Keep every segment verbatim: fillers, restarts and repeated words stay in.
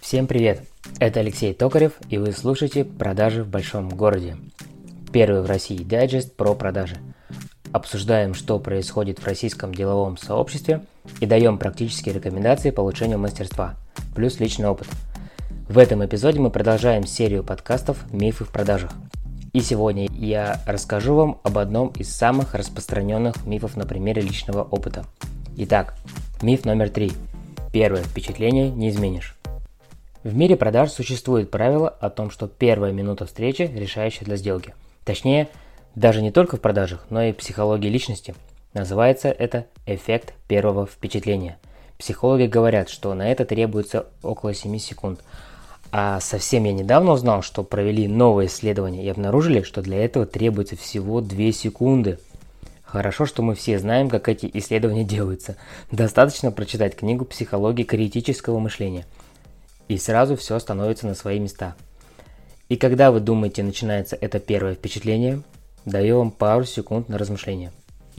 Всем привет! Это Алексей Токарев, и вы слушаете «Продажи в большом городе». Первый в России дайджест про продажи. Обсуждаем, что происходит в российском деловом сообществе, и даем практические рекомендации по улучшению мастерства, плюс личный опыт. В этом эпизоде мы продолжаем серию подкастов «Мифы в продажах». И сегодня я расскажу вам об одном из самых распространенных мифов на примере личного опыта. Итак, миф номер три. Первое впечатление не изменишь. В мире продаж существует правило о том, что первая минута встречи решающая для сделки. Точнее, даже не только в продажах, но и в психологии личности. Называется это эффект первого впечатления. Психологи говорят, что на это требуется около семи секунд. А совсем я недавно узнал, что провели новое исследование и обнаружили, что для этого требуется всего две секунды. Хорошо, что мы все знаем, как эти исследования делаются. Достаточно прочитать книгу «Психология критического мышления». И сразу все становится на свои места. И когда вы думаете, начинается это первое впечатление, даю вам пару секунд на размышление.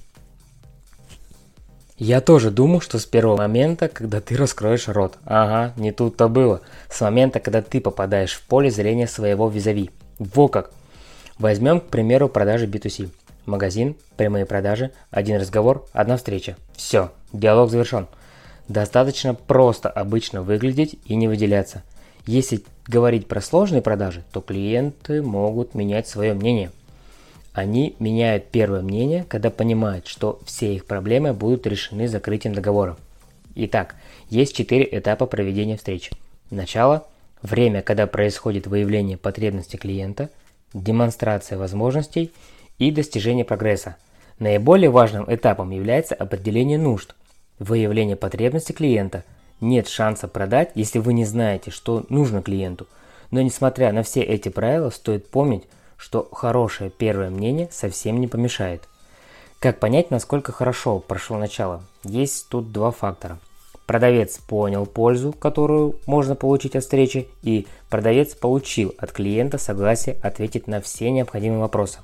Я тоже думал, что с первого момента, когда ты раскроешь рот. Ага, не тут-то было. С момента, когда ты попадаешь в поле зрения своего визави. Во как! Возьмем, к примеру, продажи би ту си. Магазин, прямые продажи, один разговор, одна встреча. Все, диалог завершен. Достаточно просто обычно выглядеть и не выделяться. Если говорить про сложные продажи, то клиенты могут менять свое мнение. Они меняют первое мнение, когда понимают, что все их проблемы будут решены закрытием договора. Итак, есть четыре этапа проведения встречи. Начало, время, когда происходит выявление потребностей клиента, демонстрация возможностей и достижение прогресса. Наиболее важным этапом является определение нужд. Выявление потребностей клиента. Нет шанса продать, если вы не знаете, что нужно клиенту. Но несмотря на все эти правила, стоит помнить, что хорошее первое мнение совсем не помешает. Как понять, насколько хорошо прошло начало? Есть тут два фактора. Продавец понял пользу, которую можно получить от встречи, и продавец получил от клиента согласие ответить на все необходимые вопросы.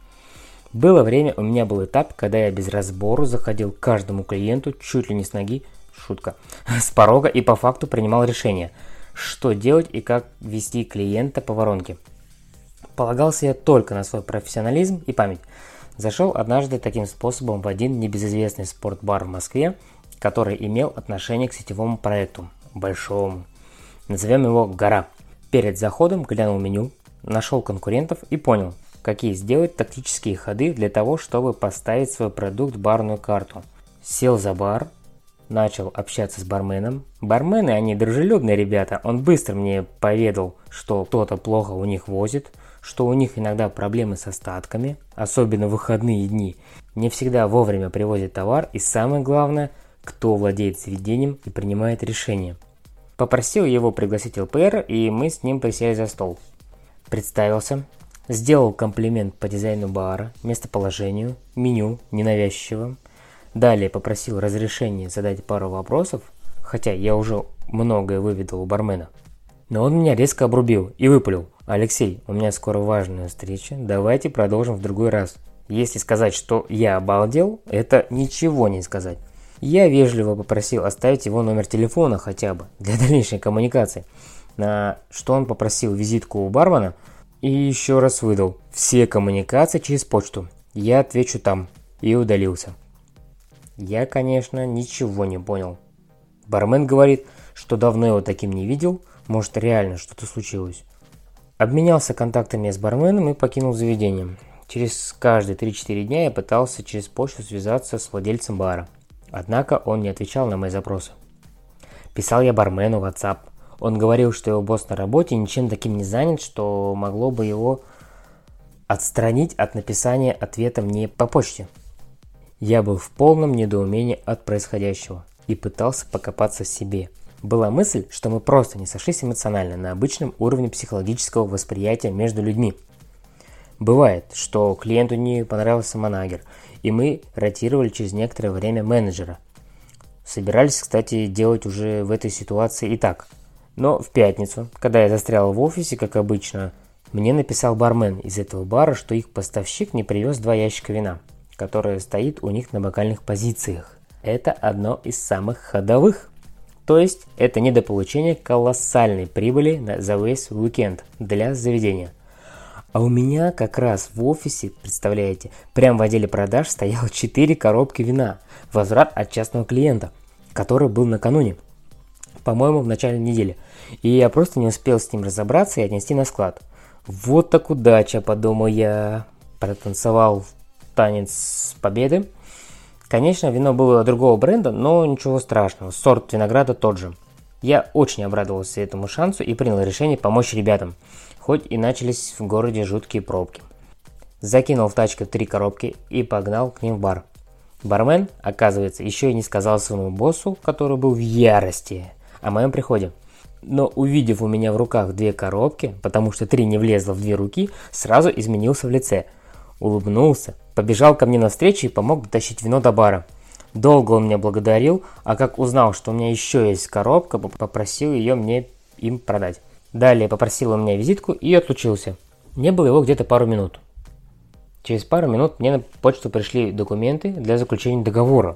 Было время, у меня был этап, когда я без разбору заходил к каждому клиенту чуть ли не с ноги, шутка, с порога и по факту принимал решение, что делать и как вести клиента по воронке. Полагался я только на свой профессионализм и память. Зашел однажды таким способом в один небезызвестный спортбар в Москве, который имел отношение к сетевому проекту, большому. Назовем его «Гора». Перед заходом глянул меню, нашел конкурентов и понял, какие сделать тактические ходы для того, чтобы поставить свой продукт в барную карту. Сел за бар, начал общаться с барменом. Бармены, они дружелюбные ребята. Он быстро мне поведал, что кто-то плохо у них возит, что у них иногда проблемы с остатками, особенно в выходные дни. Не всегда вовремя привозят товар, и самое главное, кто владеет заведением и принимает решения. Попросил его пригласить эл пэ эр, и мы с ним присели за стол. Представился. Сделал комплимент по дизайну бара, местоположению, меню, ненавязчиво. Далее попросил разрешения задать пару вопросов, хотя я уже многое выведал у бармена. Но он меня резко обрубил и выпалил: «Алексей, у меня скоро важная встреча, давайте продолжим в другой раз». Если сказать, что я обалдел, это ничего не сказать. Я вежливо попросил оставить его номер телефона хотя бы для дальнейшей коммуникации, на что он попросил визитку у бармена. И еще раз выдал: все коммуникации через почту. Я отвечу там. И удалился. Я, конечно, ничего не понял. Бармен говорит, что давно его таким не видел. Может, реально что-то случилось. Обменялся контактами с барменом и покинул заведение. Через каждые три-четыре дня я пытался через почту связаться с владельцем бара. Однако он не отвечал на мои запросы. Писал я бармену в WhatsApp. Он говорил, что его босс на работе ничем таким не занят, что могло бы его отстранить от написания ответа мне по почте. Я был в полном недоумении от происходящего и пытался покопаться в себе. Была мысль, что мы просто не сошлись эмоционально на обычном уровне психологического восприятия между людьми. Бывает, что клиенту не понравился манагер, и мы ротировали через некоторое время менеджера. Собирались, кстати, делать уже в этой ситуации и так. Но в пятницу, когда я застрял в офисе, как обычно, мне написал бармен из этого бара, что их поставщик не привез два ящика вина, которое стоит у них на бокальных позициях. Это одно из самых ходовых. То есть это недополучение колоссальной прибыли за весь уикенд для заведения. А у меня как раз в офисе, представляете, прямо в отделе продаж стояло четыре коробки вина. Возврат от частного клиента, который был накануне, по-моему, в начале недели. И я просто не успел с ним разобраться и отнести на склад. Вот так удача, подумал я. Протанцевал танец победы. Конечно, вино было другого бренда, но ничего страшного. Сорт винограда тот же. Я очень обрадовался этому шансу и принял решение помочь ребятам. Хоть и начались в городе жуткие пробки. Закинул в тачку три коробки и погнал к ним в бар. Бармен, оказывается, еще и не сказал своему боссу, который был в ярости, о моем приходе. Но увидев у меня в руках две коробки, потому что три не влезло в две руки, сразу изменился в лице. Улыбнулся, побежал ко мне навстречу и помог дотащить вино до бара. Долго он меня благодарил, а как узнал, что у меня еще есть коробка, попросил ее мне им продать. Далее попросил у меня визитку и отлучился. Не было его где-то пару минут. Через пару минут мне на почту пришли документы для заключения договора.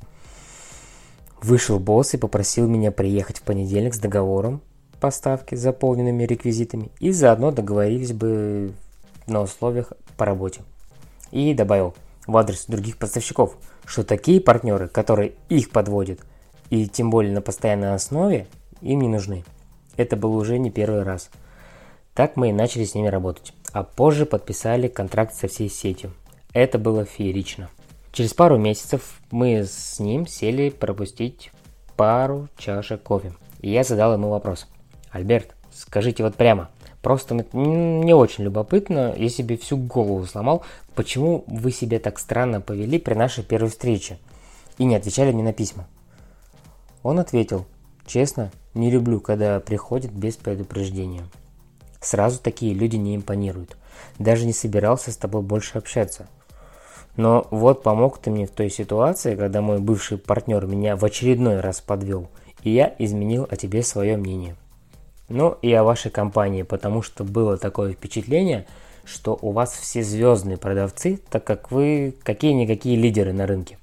Вышел босс и попросил меня приехать в понедельник с договором поставки с заполненными реквизитами и заодно договорились бы на условиях по работе. И добавил в адрес других поставщиков, что такие партнеры, которые их подводят, и тем более на постоянной основе, им не нужны. Это было уже не первый раз. Так мы и начали с ними работать, а позже подписали контракт со всей сетью. Это было феерично. Через пару месяцев мы с ним сели пропустить пару чашек кофе. И я задал ему вопрос. Альберт, скажите вот прямо, просто мне очень любопытно, я себе всю голову сломал, почему вы себя так странно повели при нашей первой встрече и не отвечали мне на письма. Он ответил, честно, не люблю, когда приходят без предупреждения. Сразу такие люди не импонируют. Даже не собирался с тобой больше общаться. Но вот помог ты мне в той ситуации, когда мой бывший партнер меня в очередной раз подвел, и я изменил о тебе свое мнение. Ну и о вашей компании, потому что было такое впечатление, что у вас все звездные продавцы, так как вы какие-никакие лидеры на рынке.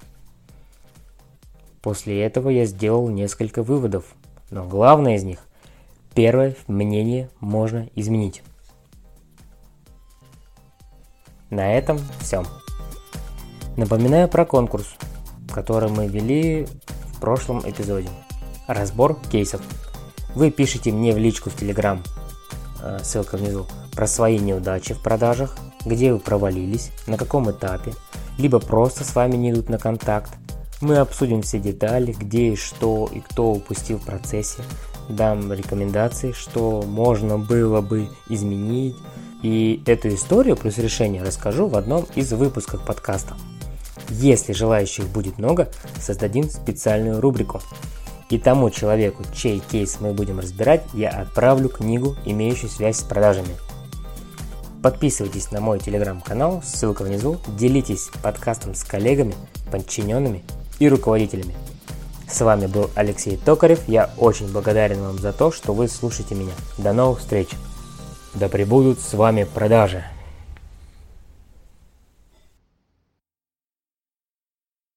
После этого я сделал несколько выводов, но главное из них – первое, мнение можно изменить. На этом все. Напоминаю про конкурс, который мы вели в прошлом эпизоде. Разбор кейсов. Вы пишите мне в личку в Telegram, ссылка внизу, про свои неудачи в продажах, где вы провалились, на каком этапе, либо просто с вами не идут на контакт. Мы обсудим все детали, где и что и кто упустил в процессе, дам рекомендации, что можно было бы изменить. И эту историю плюс решение расскажу в одном из выпусков подкаста. Если желающих будет много, создадим специальную рубрику. И тому человеку, чей кейс мы будем разбирать, я отправлю книгу, имеющую связь с продажами. Подписывайтесь на мой телеграм-канал, ссылка внизу, делитесь подкастом с коллегами, подчиненными и руководителями. С вами был Алексей Токарев, я очень благодарен вам за то, что вы слушаете меня. До новых встреч! Да пребудут с вами продажи!